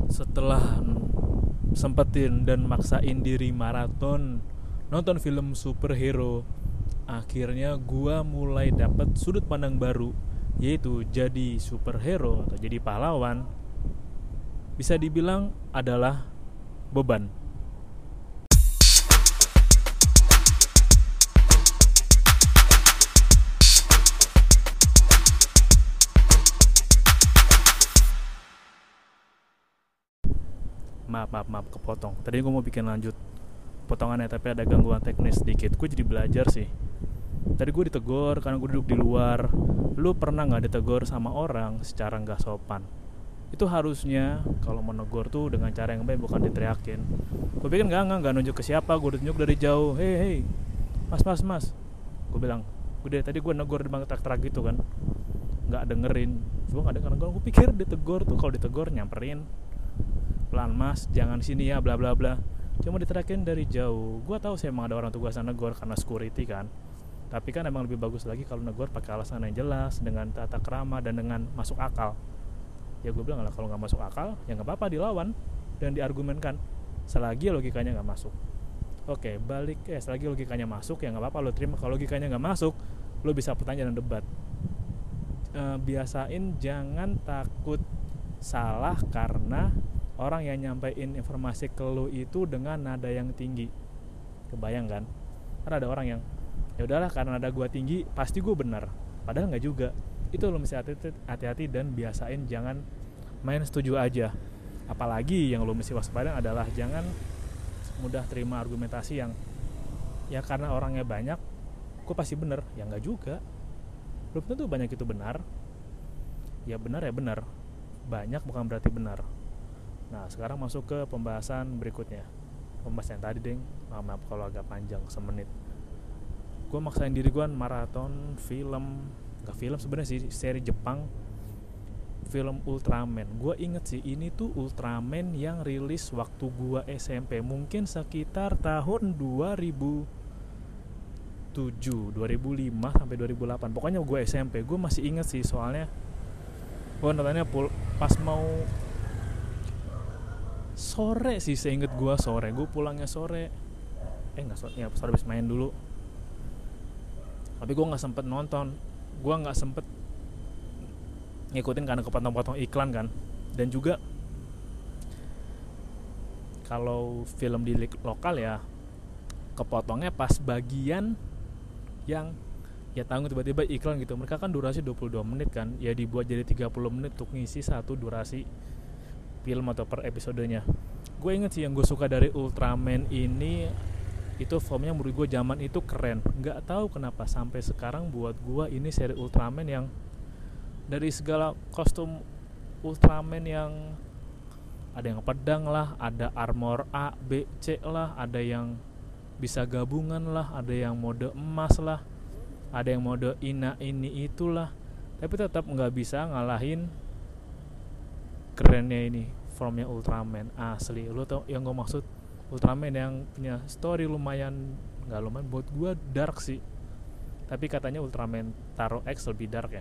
Setelah sempetin dan maksain diri maraton nonton film superhero, akhirnya gua mulai dapet sudut pandang baru, yaitu jadi superhero atau jadi pahlawan bisa dibilang adalah beban. Maaf kepotong. Tadi gue mau bikin lanjut potongannya tapi ada gangguan teknis sedikit. Gue jadi belajar sih. Tadi gue ditegur karena gue duduk di luar. Lu pernah nggak ditegur sama orang secara nggak sopan? Itu harusnya kalau menegur tuh dengan cara yang baik, bukan diteriakin. Gue pikir nggak nunjuk ke siapa. Gue tunjuk dari jauh. Hei, mas. Gue bilang, udah tadi gue negur di bangku terak gitu kan. Nggak dengerin. Gue nggak denger. Gue pikir ditegur tuh, kalau ditegur nyamperin, pelan mas, jangan sini ya, bla bla bla. Cuma diterakin dari jauh. Gue tahu sih emang ada orang tugasan negor karena security kan. Tapi kan emang lebih bagus lagi kalau negor pakai alasan yang jelas, dengan tata krama dan dengan masuk akal. Ya gue bilang lah, kalau nggak masuk akal ya nggak apa-apa, dilawan dan diargumenkan selagi logikanya nggak masuk. Oke, balik selagi logikanya masuk ya nggak apa-apa lo terima. Kalau logikanya nggak masuk, lo bisa pertanyaan dan debat. Biasain jangan takut salah karena orang yang nyampein informasi ke lo itu dengan nada yang tinggi. Kebayang kan? Karena ada orang yang ya udahlah karena nada gue tinggi pasti gue benar. Padahal nggak juga. Itu lo mesti hati-hati dan biasain jangan main setuju aja. Apalagi yang lo mesti waspada adalah jangan mudah terima argumentasi yang ya karena orangnya banyak gue pasti benar. Ya nggak juga. Belum tentu banyak itu benar. Ya benar ya benar. Banyak bukan berarti benar. Nah sekarang masuk ke pembahasan berikutnya. Pembahasan yang tadi deng, maaf kalau agak panjang semenit. Gue maksain diri gue maraton film, gak film sebenarnya sih, seri Jepang, film Ultraman. Gue inget sih ini tuh Ultraman yang rilis waktu gue SMP, mungkin sekitar tahun 2007, 2005 sampai 2008. Pokoknya gue SMP, gue masih inget sih soalnya gue nontonnya pas mau sore sih, seinget gue sore. Gue pulangnya sore, nggak sore ya, sore habis main dulu. Tapi gue nggak sempet nonton, gue nggak sempet ngikutin karena kepotong-potong iklan kan. Dan juga kalau film di lokal ya kepotongnya pas bagian yang ya tanggung tiba-tiba iklan gitu. Mereka kan durasi 22 menit kan, ya dibuat jadi 30 menit untuk ngisi satu durasi film atau per episodenya. Gue inget sih yang gue suka dari Ultraman ini, itu formnya menurut gue zaman itu keren. Nggak tahu kenapa sampai sekarang buat gue ini seri Ultraman yang dari segala kostum Ultraman yang ada yang pedang lah, ada armor A, B, C lah, ada yang bisa gabungan lah, ada yang mode emas lah, ada yang mode ina ini itulah. Tapi tetap nggak bisa ngalahin kerennya ini formnya Ultraman asli. Lo tau yang gue maksud? Ultraman yang punya story lumayan, nggak lumayan, buat gue dark sih. Tapi katanya Ultraman Taro X lebih dark ya.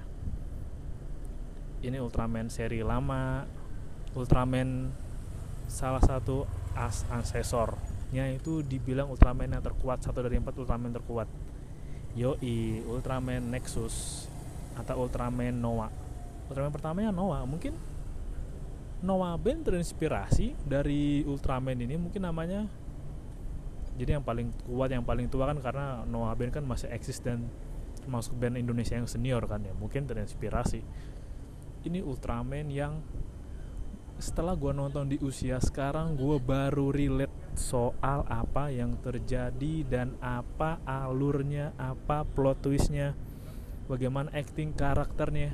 Ini Ultraman seri lama, Ultraman salah satu asesornya itu dibilang Ultraman yang terkuat, 1 dari 4 Ultraman terkuat. Yoi, Ultraman Nexus atau Ultraman Noah. Ultraman pertamanya Noah, mungkin Noah Ben terinspirasi dari Ultraman ini mungkin namanya. Jadi yang paling kuat, yang paling tua kan, karena Noah Ben kan masih eksis dan termasuk band Indonesia yang senior kan ya, mungkin terinspirasi. Ini Ultraman yang setelah gue nonton di usia sekarang, gue baru relate soal apa yang terjadi dan apa alurnya, apa plot twistnya, bagaimana acting karakternya.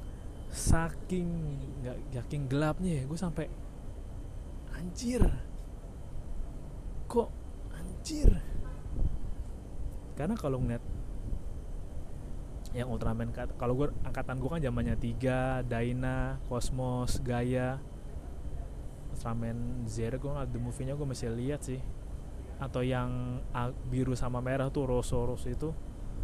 Saking gelapnya ya, gue sampai anjir, kok anjir. Karena kalau ngeliat yang Ultraman, kalau gue angkatan gue kan zamannya 3, Dyna, Cosmos, Gaia, Ultraman Zero gue ngeliat the movie-nya gue masih lihat sih. Atau yang biru sama merah tuh, Rosso itu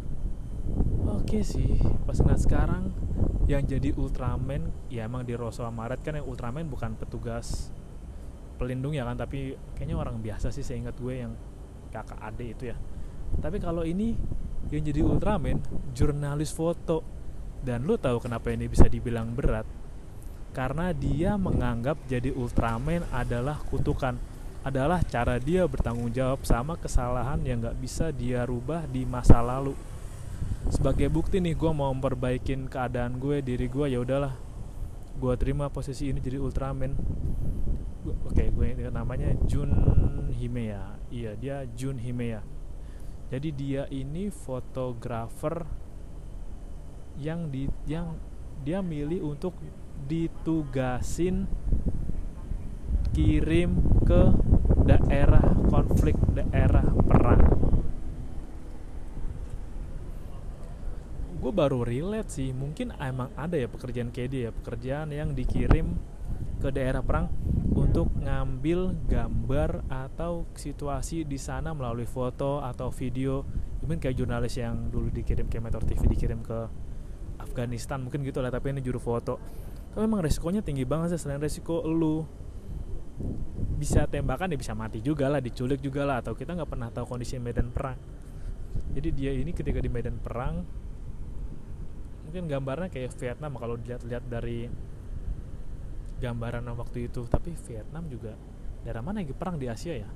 oke sih. Pas ngeliat sekarang yang jadi Ultraman ya emang di Rosso sama Red kan, yang Ultraman bukan petugas pelindung ya kan, tapi kayaknya orang biasa sih seingat gue yang kakak adik itu ya. Tapi kalau ini yang jadi Ultraman jurnalis foto. Dan lu tahu kenapa ini bisa dibilang berat? Karena dia menganggap jadi Ultraman adalah kutukan, adalah cara dia bertanggung jawab sama kesalahan yang gak bisa dia rubah di masa lalu. Sebagai bukti nih, gue mau memperbaikin keadaan gue, diri gue, ya udahlah, gue terima posisi ini jadi Ultraman. Oke, gue namanya Jun Himeya. Iya, dia Jun Himeya. Jadi dia ini fotografer yang dia milih untuk ditugasin kirim ke daerah konflik, daerah perang. Gue baru relate sih, mungkin emang ada ya pekerjaan kayak dia, pekerjaan yang dikirim ke daerah perang untuk ngambil gambar atau situasi di sana melalui foto atau video. Mungkin kayak jurnalis yang dulu dikirim ke Metro TV, dikirim ke Afghanistan mungkin gitu lah, tapi ini juru foto. Tapi memang resikonya tinggi banget sih. Selain resiko lu bisa tembakan, ya bisa mati juga lah, diculik juga lah, atau kita nggak pernah tahu kondisi medan perang. Jadi dia ini ketika di medan perang, mungkin gambarnya kayak Vietnam kalau dilihat dari gambaran waktu itu. Tapi Vietnam juga daerah mana yang perang di Asia ya?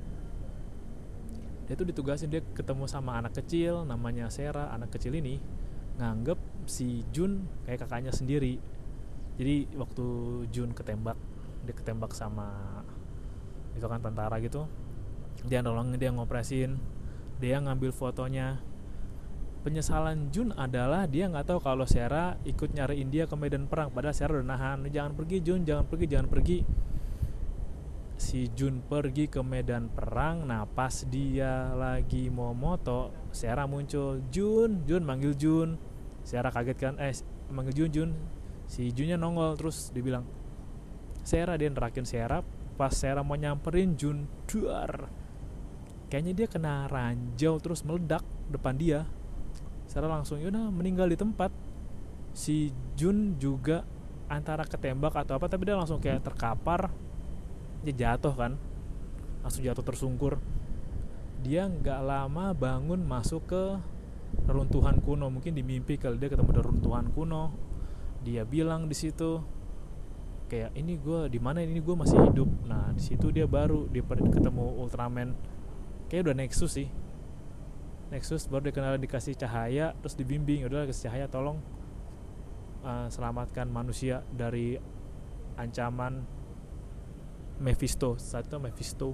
Dia tuh ditugasin, dia ketemu sama anak kecil namanya Sera. Anak kecil ini nganggep si Jun kayak kakaknya sendiri. Jadi waktu Jun dia ketembak sama itu kan tentara gitu, dia nolongin, dia ngopresin, dia ngambil fotonya. Penyesalan Jun adalah dia nggak tahu kalau Sera ikut nyariin dia ke medan perang, padahal Sera udah nahan, jangan pergi Jun, jangan pergi. Si Jun pergi ke medan perang. Nah pas dia lagi mau moto, Sera muncul. Jun manggil Jun. Sera kaget kan, manggil Jun. Si Junnya nongol terus dibilang Sera, dia nerakin Sera. Pas Sera mau nyamperin Jun, duar, kayaknya dia kena ranjau terus meledak depan dia. Sera langsung yaudah meninggal di tempat. Si Jun juga antara ketembak atau apa, tapi dia langsung kayak terkapar. Dia jatuh kan, langsung jatuh tersungkur. Dia nggak lama bangun masuk ke reruntuhan kuno. Mungkin di mimpi kali dia ketemu reruntuhan kuno. Dia bilang di situ kayak ini gue di mana, ini gue masih hidup. Nah di situ dia baru ketemu Ultraman. Kayak udah Nexus sih. Nexus baru dia dikasih cahaya, terus dibimbing, udah kasih cahaya, tolong selamatkan manusia dari ancaman Mephisto. Saat itu Mephisto.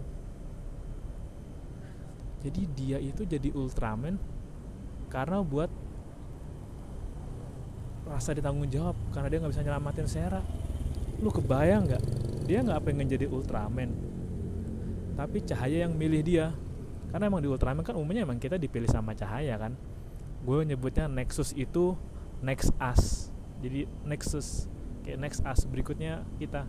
Jadi dia itu jadi Ultraman karena buat rasa ditanggung jawab, karena dia nggak bisa nyelamatin Sera. Lu kebayang nggak? Dia nggak pengen jadi Ultraman, tapi cahaya yang milih dia. Karena emang di Ultraman kan umumnya emang kita dipilih sama cahaya kan. Gue nyebutnya Nexus itu Next Us. Jadi Nexus kayak Next Us berikutnya kita.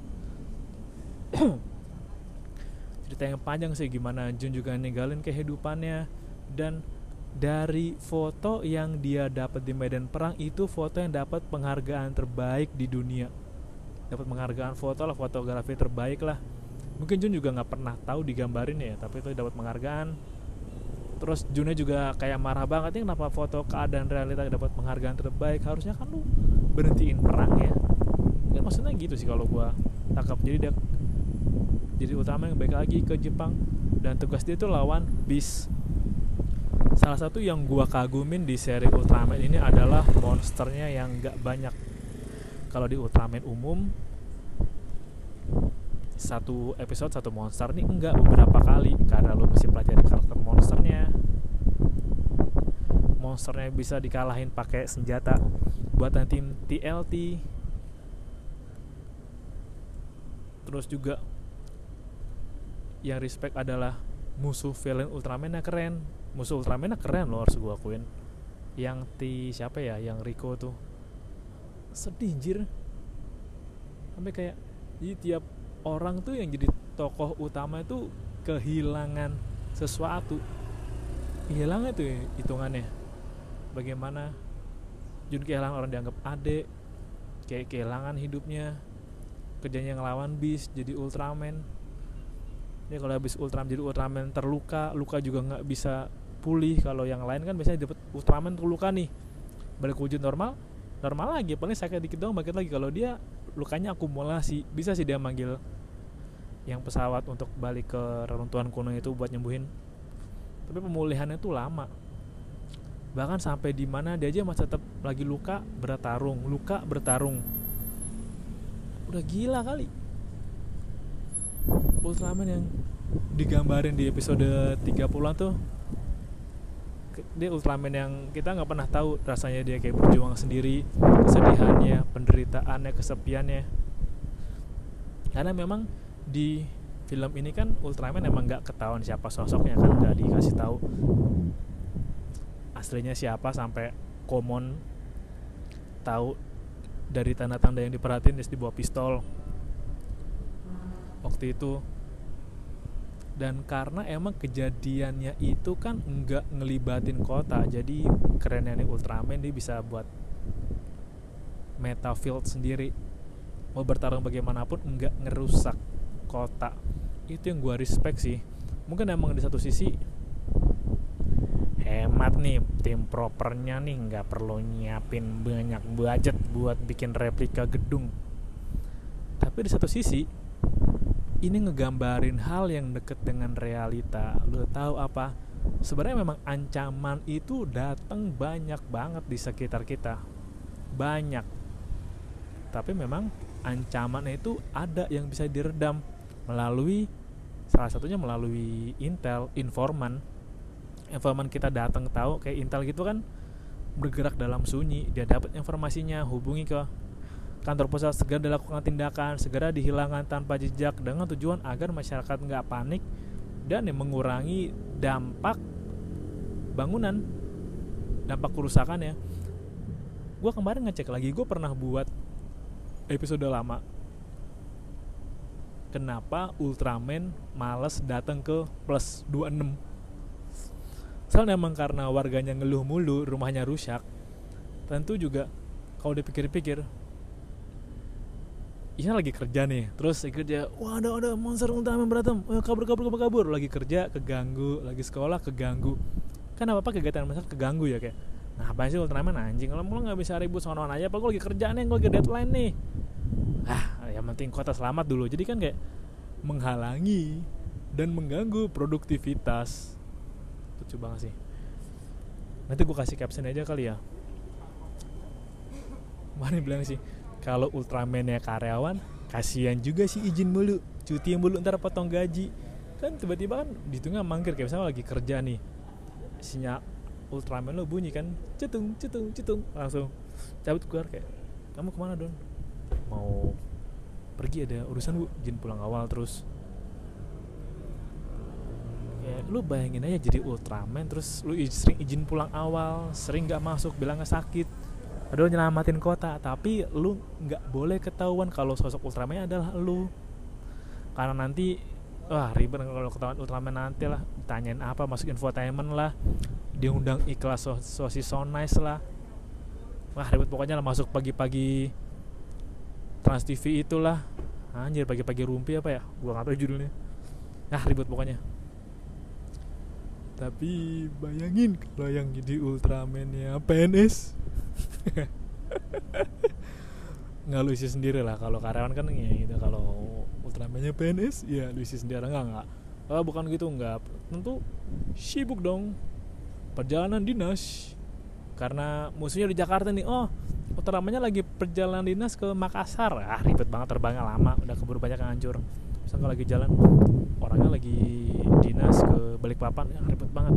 Cerita yang panjang sih gimana Jun juga ninggalin kehidupannya. Dan dari foto yang dia dapat di medan perang, itu foto yang dapat penghargaan terbaik di dunia. Dapat penghargaan foto lah, fotografi terbaik lah. Mungkin Jun juga nggak pernah tahu digambarin ya, tapi itu dapat penghargaan. Terus Junnya juga kayak marah banget, ya kenapa foto keadaan realita dapat penghargaan terbaik, harusnya kan lu berhentiin perang ya. Ya maksudnya gitu sih kalau gua tangkap. Jadi dia jadi Ultraman yang balik lagi ke Jepang, dan tugas dia itu lawan Beast. Salah satu yang gua kagumin di seri Ultraman ini adalah monsternya yang gak banyak. Kalau di Ultraman umum satu episode satu monster, nih enggak, beberapa kali, karena lo mesti pelajari karakter monsternya. Monsternya bisa dikalahin pakai senjata buatan tim TLT. Terus juga yang respect adalah musuh villain Ultraman-nya keren. Musuh Ultraman-nya keren loh, harus gue akuin. Yang siapa ya, yang Rico tuh sedih anjir. Sampai kayak jadi tiap orang tuh yang jadi tokoh utama itu kehilangan sesuatu. Kehilangan tuh hitungannya. Bagaimana Jun kehilangan orang dianggap adik, kayak kehilangan hidupnya, kerjanya ngelawan Beast jadi Ultraman. Dia kalau habis Ultraman jadi Ultraman terluka, luka juga nggak bisa pulih. Kalau yang lain kan biasanya dapat Ultraman terluka nih, balik wujud normal lagi, paling sakit dikit doang bangkit lagi. Kalau dia lukanya akumulasi, bisa sih dia manggil yang pesawat untuk balik ke reruntuhan kuno itu buat nyembuhin, tapi pemulihannya tuh lama. Bahkan sampai di mana dia aja masih tetap lagi luka bertarung. Udah gila kali Ultraman yang digambarin di episode 30-an tuh. Dia Ultraman yang kita gak pernah tahu rasanya dia kayak berjuang sendiri, kesedihannya, penderitaannya, kesepiannya. Karena memang di film ini kan Ultraman emang gak ketahuan siapa sosoknya kan, gak dikasih tahu aslinya siapa, sampai Komon tahu dari tanda-tanda yang diperhatiin dia dibawa pistol waktu itu. Dan karena emang kejadiannya itu kan enggak ngelibatin kota, jadi kerennya nih Ultraman dia bisa buat meta field sendiri, mau bertarung bagaimanapun enggak ngerusak kota. Itu yang gua respect sih. Mungkin emang di satu sisi hemat nih tim propernya nih, nggak perlu nyiapin banyak budget buat bikin replika gedung. Tapi di satu sisi ini ngegambarin hal yang deket dengan realita. Lu tahu apa? Sebenarnya memang ancaman itu datang banyak banget di sekitar kita. Banyak. Tapi memang ancaman itu ada yang bisa diredam melalui, salah satunya melalui intel, informan kita datang tahu, kayak intel gitu kan bergerak dalam sunyi, dia dapat informasinya, hubungi ke kantor pusat, segera dilakukan tindakan, segera dihilangkan tanpa jejak dengan tujuan agar masyarakat nggak panik dan mengurangi dampak bangunan, dampak kerusakan ya. Gue kemarin ngecek lagi, gue pernah buat episode lama kenapa Ultraman males datang ke plus 26. Soalnya emang karena warganya ngeluh mulu, rumahnya rusak. Tentu juga kalau dipikir-pikir, Isna lagi kerja nih, terus kerja, wah ada monster Ultraman berantem, kabur, lagi kerja keganggu, lagi sekolah keganggu. Kan apa kegiatan masyarakat keganggu ya, kayak, nah apa sih Ultraman anjing, kalau nggak bisa ribut sonoan aja, apa gue lagi kerja nih, gue lagi deadline nih. Yang penting kota selamat dulu. Jadi kan kayak menghalangi dan mengganggu produktivitas. Lucu banget sih. Nanti gue kasih caption aja kali ya. Mana bilang sih, kalau Ultraman-nya karyawan, kasihan juga sih izin mulu, cuti mulu, ntar potong gaji. Kan tiba-tiba kan di tengah mangkir, kayak misalnya lagi kerja nih, sinyal Ultraman lo bunyi kan, cetung, langsung cabut keluar kayak, kamu kemana Don? Mau pergi, ada urusan bu, izin pulang awal. Terus ya lu bayangin aja jadi Ultraman, terus lu sering izin pulang awal, sering gak masuk, bilangnya sakit, padahal nyelamatin kota. Tapi lu gak boleh ketahuan kalau sosok Ultraman adalah lu, karena nanti ribet kalau ketahuan Ultraman. nanti lah tanyain apa, masuk infotainment lah, diundang ikhlas sosis so nice lah, ribet pokoknya lah. Masuk pagi-pagi Trans TV itulah, anjir, pagi-pagi rumpi apa ya, gua gak tahu judulnya. Ribet pokoknya. Tapi bayangin kalau yang jadi Ultraman-nya PNS. Nggak, lu isi sendiri lah. Kalau karyawan kan ya gitu. Kalau Ultraman-nya PNS, ya lu isi sendiri. Enggak. Bukan gitu, enggak. Tentu sibuk dong, perjalanan dinas. Karena musuhnya di Jakarta nih. Ultraman-nya lagi perjalanan dinas ke Makassar. Ribet banget, terbangnya lama, udah keburu banyak yang hancur. Misalnya lagi jalan, orangnya lagi dinas ke Balikpapan, ribet banget.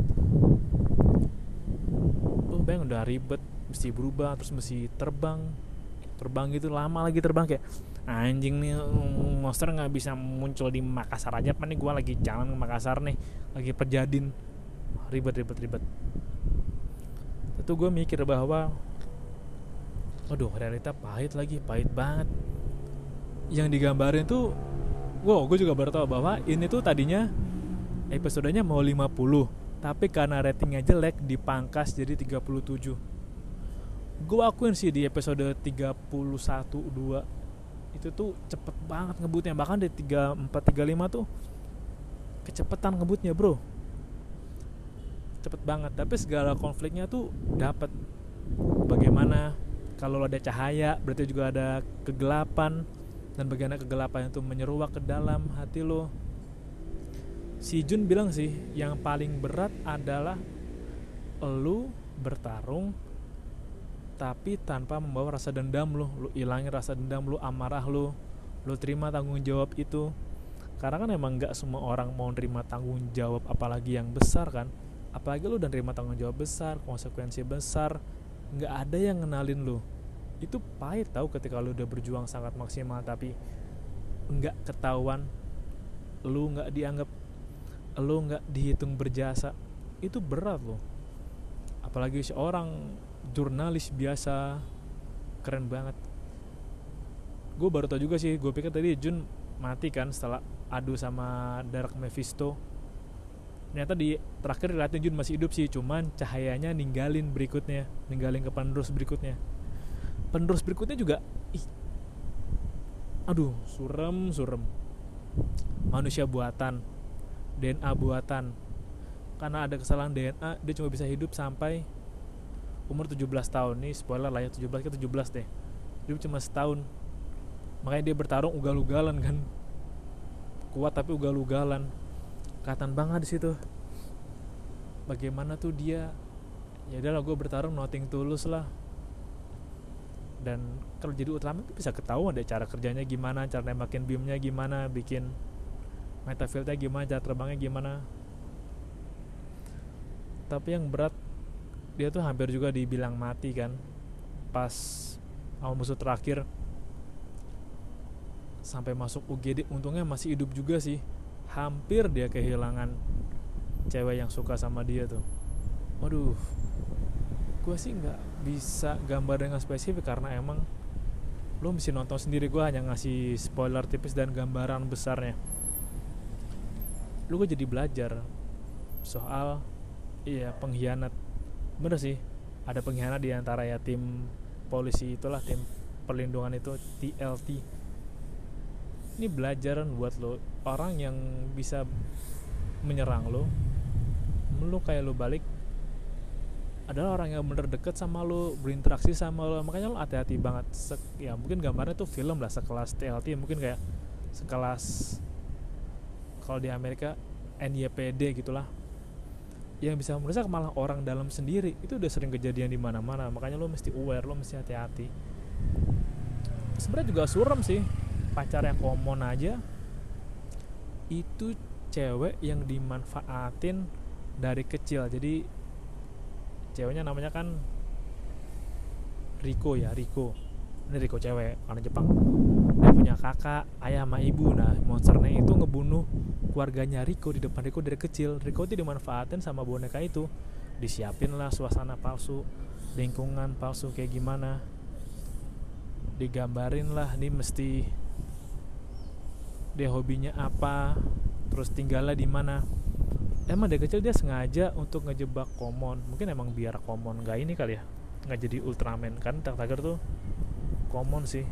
Bayang udah ribet, mesti berubah, terus mesti terbang gitu, lama lagi terbang, kayak anjing nih, monster nggak bisa muncul di Makassar aja, apa nih gue lagi jalan ke Makassar nih, lagi perjadin, ribet. Itu gue mikir bahwa realita pahit banget. Yang digambarin tuh, gue juga baru tahu bahwa ini tuh tadinya episodenya mau 50, tapi karena ratingnya jelek dipangkas jadi 37. Gue akuin sih di episode 31-2 itu tuh cepet banget ngebutnya. Bahkan di 34-35 tuh Kecepetan ngebutnya bro, cepet banget. Tapi segala konfliknya tuh dapat. Bagaimana kalau ada cahaya, berarti juga ada kegelapan, dan bagaimana kegelapan itu menyeruak ke dalam hati lo. Si Jun bilang sih, yang paling berat adalah lu bertarung tapi tanpa membawa rasa dendam lu ilangin rasa dendam lu, amarah lu terima tanggung jawab itu. Karena kan emang gak semua orang mau nerima tanggung jawab, apalagi yang besar kan. Apalagi lu udah nerima tanggung jawab besar, konsekuensi besar, gak ada yang ngenalin lu. Itu pahit tau, ketika lu udah berjuang sangat maksimal tapi gak ketahuan, lu gak dianggap, lu gak dihitung berjasa. Itu berat loh. Apalagi seorang jurnalis biasa, keren banget. Gue baru tau juga sih, gue pikir tadi Jun mati kan setelah adu sama Dark Mephisto. Ternyata di terakhir dilihatin Jun masih hidup sih, cuman cahayanya ninggalin ke penerus berikutnya. Penerus berikutnya juga aduh, surem. Manusia buatan, DNA buatan. Karena ada kesalahan DNA, dia cuma bisa hidup sampai umur 17 tahun. Nih spoiler lah ya, 17 deh. Hidup cuma setahun. Makanya dia bertarung ugal-ugalan kan. Kuat tapi ugal-ugalan. Kelihatan banget di situ. Bagaimana tuh dia, ya udahlah gue bertarung nothing tulus lah. Dan kalau jadi Ultraman tuh bisa ketahuan deh cara kerjanya gimana, cara nembakin beamnya gimana, bikin metafieldnya gimana, cara terbangnya gimana. Tapi yang berat, dia tuh hampir juga dibilang mati kan pas awal musuh terakhir sampai masuk UGD. Untungnya masih hidup juga sih. Hampir dia kehilangan cewek yang suka sama dia tuh. Waduh, gue sih gak bisa gambar dengan spesifik karena emang lo mesti nonton sendiri. Gue hanya ngasih spoiler tipis dan gambaran besarnya. Lo gue jadi belajar soal pengkhianat. Bener sih, ada pengkhianat di antara ya tim polisi itulah, tim perlindungan itu, TLT. Ini belajaran buat lo, orang yang bisa menyerang lo kayak lo balik adalah orang yang bener deket sama lo, berinteraksi sama lo. Makanya lo hati-hati banget. Ya mungkin gambarnya tuh film lah, sekelas TLT, mungkin kayak sekelas kalau di Amerika NYPD gitulah, yang bisa merusak malah orang dalam sendiri. Itu udah sering kejadian di mana-mana. Makanya lo mesti aware, lo mesti hati-hati. Sebenarnya juga surem sih. Pacarnya Komon aja itu cewek yang dimanfaatin dari kecil. Jadi ceweknya namanya kan Riko. Ini Riko cewek, orang Jepang. Dia punya kakak, ayah sama ibu. Nah, monsternya itu ngebunuh keluarganya Riko di depan Riko dari kecil. Riko itu dimanfaatin sama boneka itu. Disiapin lah suasana palsu, lingkungan palsu kayak gimana. Digambarin lah, ini mesti dia hobinya apa, terus tinggalnya di mana. Emang dari kecil dia sengaja untuk ngejebak Komon. Mungkin emang biar Komon gak ini kali ya, gak jadi Ultraman. Kan terakhir tuh Komon sih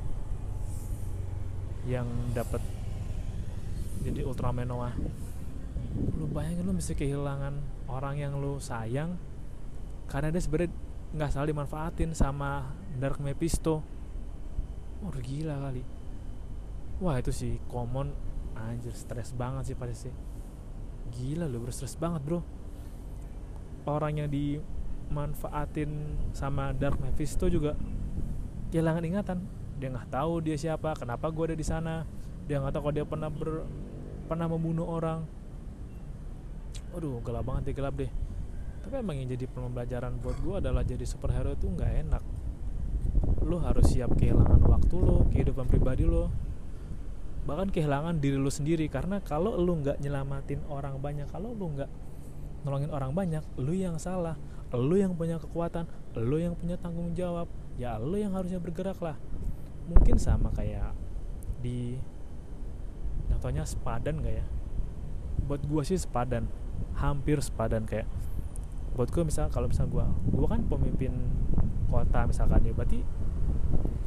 yang dapat jadi Ultraman Noah. Lu bayangin lu mesti kehilangan orang yang lu sayang karena dia sebenarnya gak salah dimanfaatin sama Dark Mephisto. Gila kali. Wah itu sih Komon anjir, stres banget sih pasti sih. Gila lu bro, stres banget bro. Orang yang dimanfaatin sama Dark Mephisto juga kehilangan ingatan. Dia nggak tahu dia siapa, kenapa gue ada di sana. Dia nggak tahu kalau dia pernah membunuh orang. Aduh gelap banget deh, gelap deh. Tapi emang yang jadi pembelajaran buat gue adalah jadi superhero itu nggak enak. Lo harus siap kehilangan waktu lo, kehidupan pribadi lo, bahkan kehilangan diri lo sendiri. Karena kalau lo gak nyelamatin orang banyak, kalau lo gak nolongin orang banyak, lo yang salah, lo yang punya kekuatan, lo yang punya tanggung jawab. Ya lo yang harusnya bergerak lah. Mungkin sama kayak di contohnya sepadan gak ya. Buat gue sih sepadan, hampir sepadan. Kayak buat gue misal, kalau misal gue kan pemimpin kota misalkan ya, berarti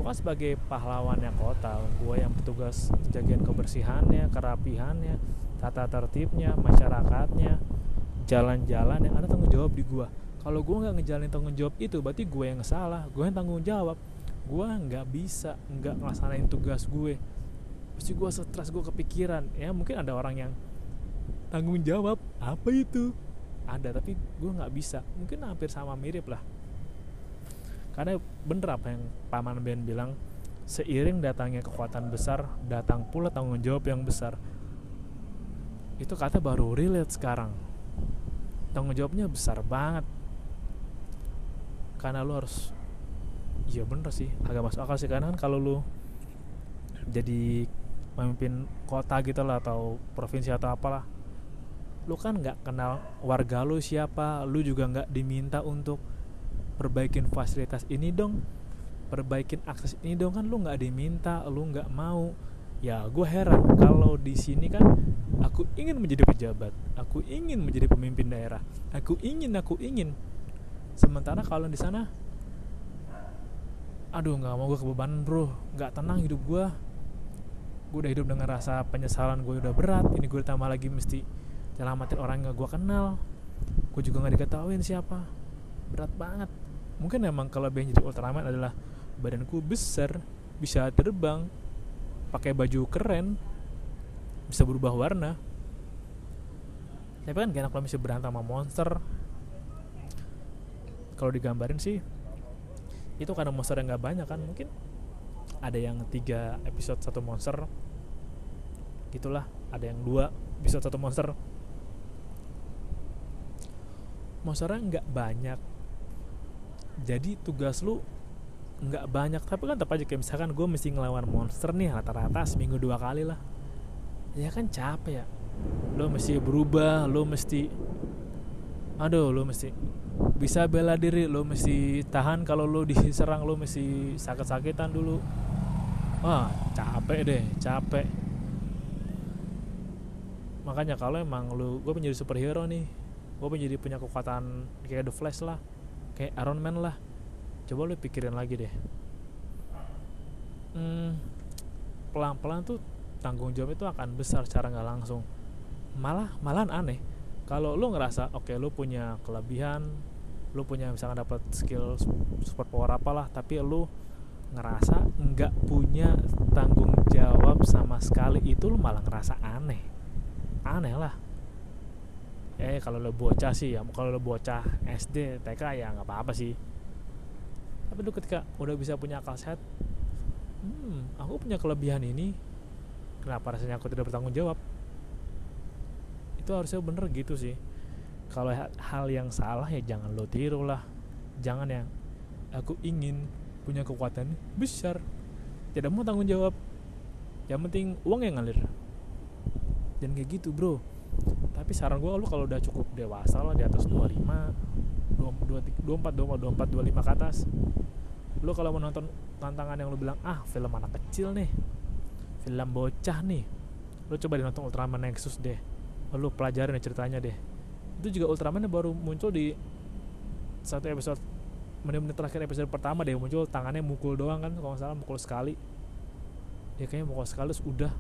gue kan sebagai pahlawannya kota, gue yang petugas jagain kebersihannya, kerapihannya, tata tertibnya, masyarakatnya, jalan-jalan yang ada tanggung jawab di gue. Kalau gue nggak ngejalanin tanggung jawab itu, berarti gue yang salah, gue yang tanggung jawab. Gue nggak bisa nggak ngelaksanain tugas gue, pasti gue stres, gue kepikiran. Ya mungkin ada orang yang tanggung jawab apa itu ada, tapi gue nggak bisa. Mungkin hampir sama mirip lah, karena bener apa yang Paman Ben bilang, seiring datangnya kekuatan besar datang pula tanggung jawab yang besar. Itu kata baru relate sekarang. Tanggung jawabnya besar banget, karena lu harus, iya bener sih, agak masuk akal sih. Karena kan kalau lu jadi pemimpin kota gitu lah, atau provinsi atau apalah, lu kan gak kenal warga lu siapa, lu juga gak diminta untuk perbaikin fasilitas ini dong, perbaikin akses ini dong, kan lu gak diminta, lu gak mau. Ya gue heran kalau di sini kan aku ingin menjadi pejabat, aku ingin menjadi pemimpin daerah, aku ingin. Sementara kalau di sana, aduh nggak mau gue kebebanan bro, nggak tenang hidup gue udah hidup dengan rasa penyesalan, gue udah berat, ini gue tambah lagi mesti nyelamatin orang yang gak gue kenal, gue juga nggak diketahuin siapa, berat banget. Mungkin emang kelebihan jadi Ultraman adalah badanku besar, bisa terbang, pakai baju keren, bisa berubah warna. Tapi kan gak enak kalau misalnya berantem sama monster. Kalau digambarin sih itu karena monster yang gak banyak kan, mungkin ada yang 3 episode 1 monster gitulah, ada yang 2 episode 1 monster. Monsternya gak banyak, jadi tugas lu gak banyak, tapi kan tetap aja kayak misalkan gue mesti ngelawan monster nih rata-rata seminggu 2 kali lah, ya kan capek ya. Lo mesti berubah, lo mesti bisa bela diri, lo mesti tahan kalau lo diserang, lo mesti sakit-sakitan dulu. Wah capek. Makanya kalau emang gue pengen jadi superhero nih, gue pengen jadi punya kekuatan kayak The Flash lah, kayak Iron Man lah, coba lo pikirin lagi deh. Pelan-pelan tuh tanggung jawab itu akan besar secara gak langsung. Malahan aneh kalau lo ngerasa oke, lo punya kelebihan, lo punya misalkan dapat skill super power apalah, tapi lo ngerasa nggak punya tanggung jawab sama sekali, itu lo malah ngerasa aneh lah. Kalau lo bocah sih ya, kalau lo bocah SD, TK ya nggak apa-apa sih. Tapi lo ketika udah bisa punya akal sehat, aku punya kelebihan ini, kenapa rasanya aku tidak bertanggung jawab? Itu harusnya bener gitu sih. Kalau hal yang salah ya jangan lo tiru lah. Jangan yang aku ingin punya kekuatan besar, tidak mau tanggung jawab, yang penting uang yang ngalir. Dan kayak gitu bro. Tapi saran gue, lo kalau udah cukup dewasa lah, di atas 25, 24, 25 ke atas, lo kalau menonton tantangan yang lo bilang film anak kecil nih, film bocah nih, lo coba nonton Ultraman Nexus deh, lo pelajarin ceritanya deh. Itu juga Ultraman baru muncul di 1 episode, menit-menit terakhir episode pertama deh muncul, tangannya mukul doang kan, kalau gak salah mukul sekali. Ya kayaknya mukul sekali terus udah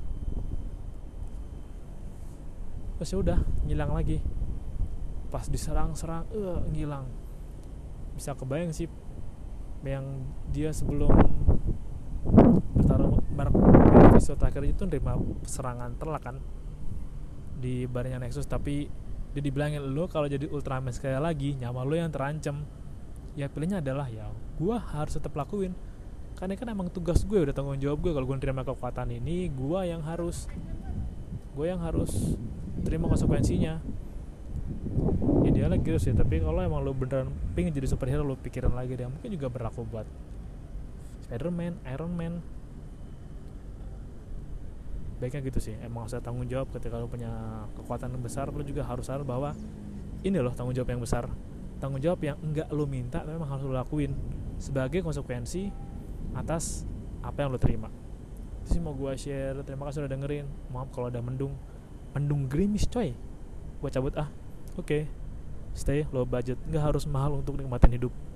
ngilang lagi. Pas diserang-serang ngilang. Bisa kebayang sih yang dia sebelum bertarung episode terakhir itu nerima serangan telak kan di badannya Nexus, tapi dia dibilangin, lo kalau jadi Ultraman sekali lagi nyawa lo yang terancam. Ya pilihnya adalah ya gue harus tetap lakuin, karena kan emang tugas gue, udah tanggung jawab gue. Kalau gue nerima kekuatan ini, gue yang harus terima konsekuensinya. Idealnya gitu sih. Tapi kalau emang lo beneran pengen jadi superhero, lo pikirin lagi deh. Mungkin juga berlaku buat Spider-Man, Iron Man. Baiknya gitu sih, emang harus tanggung jawab. Ketika lo punya kekuatan yang besar, lo juga harus sadar bahwa ini loh tanggung jawab yang besar, tanggung jawab yang enggak lo minta tapi memang harus lo lakuin sebagai konsekuensi atas apa yang lo terima. Itu sih mau gue share. Terima kasih udah dengerin. Maaf kalau ada mendung gerimis coy. Gue cabut Oke. Stay low budget, nggak harus mahal untuk nikmatin hidup.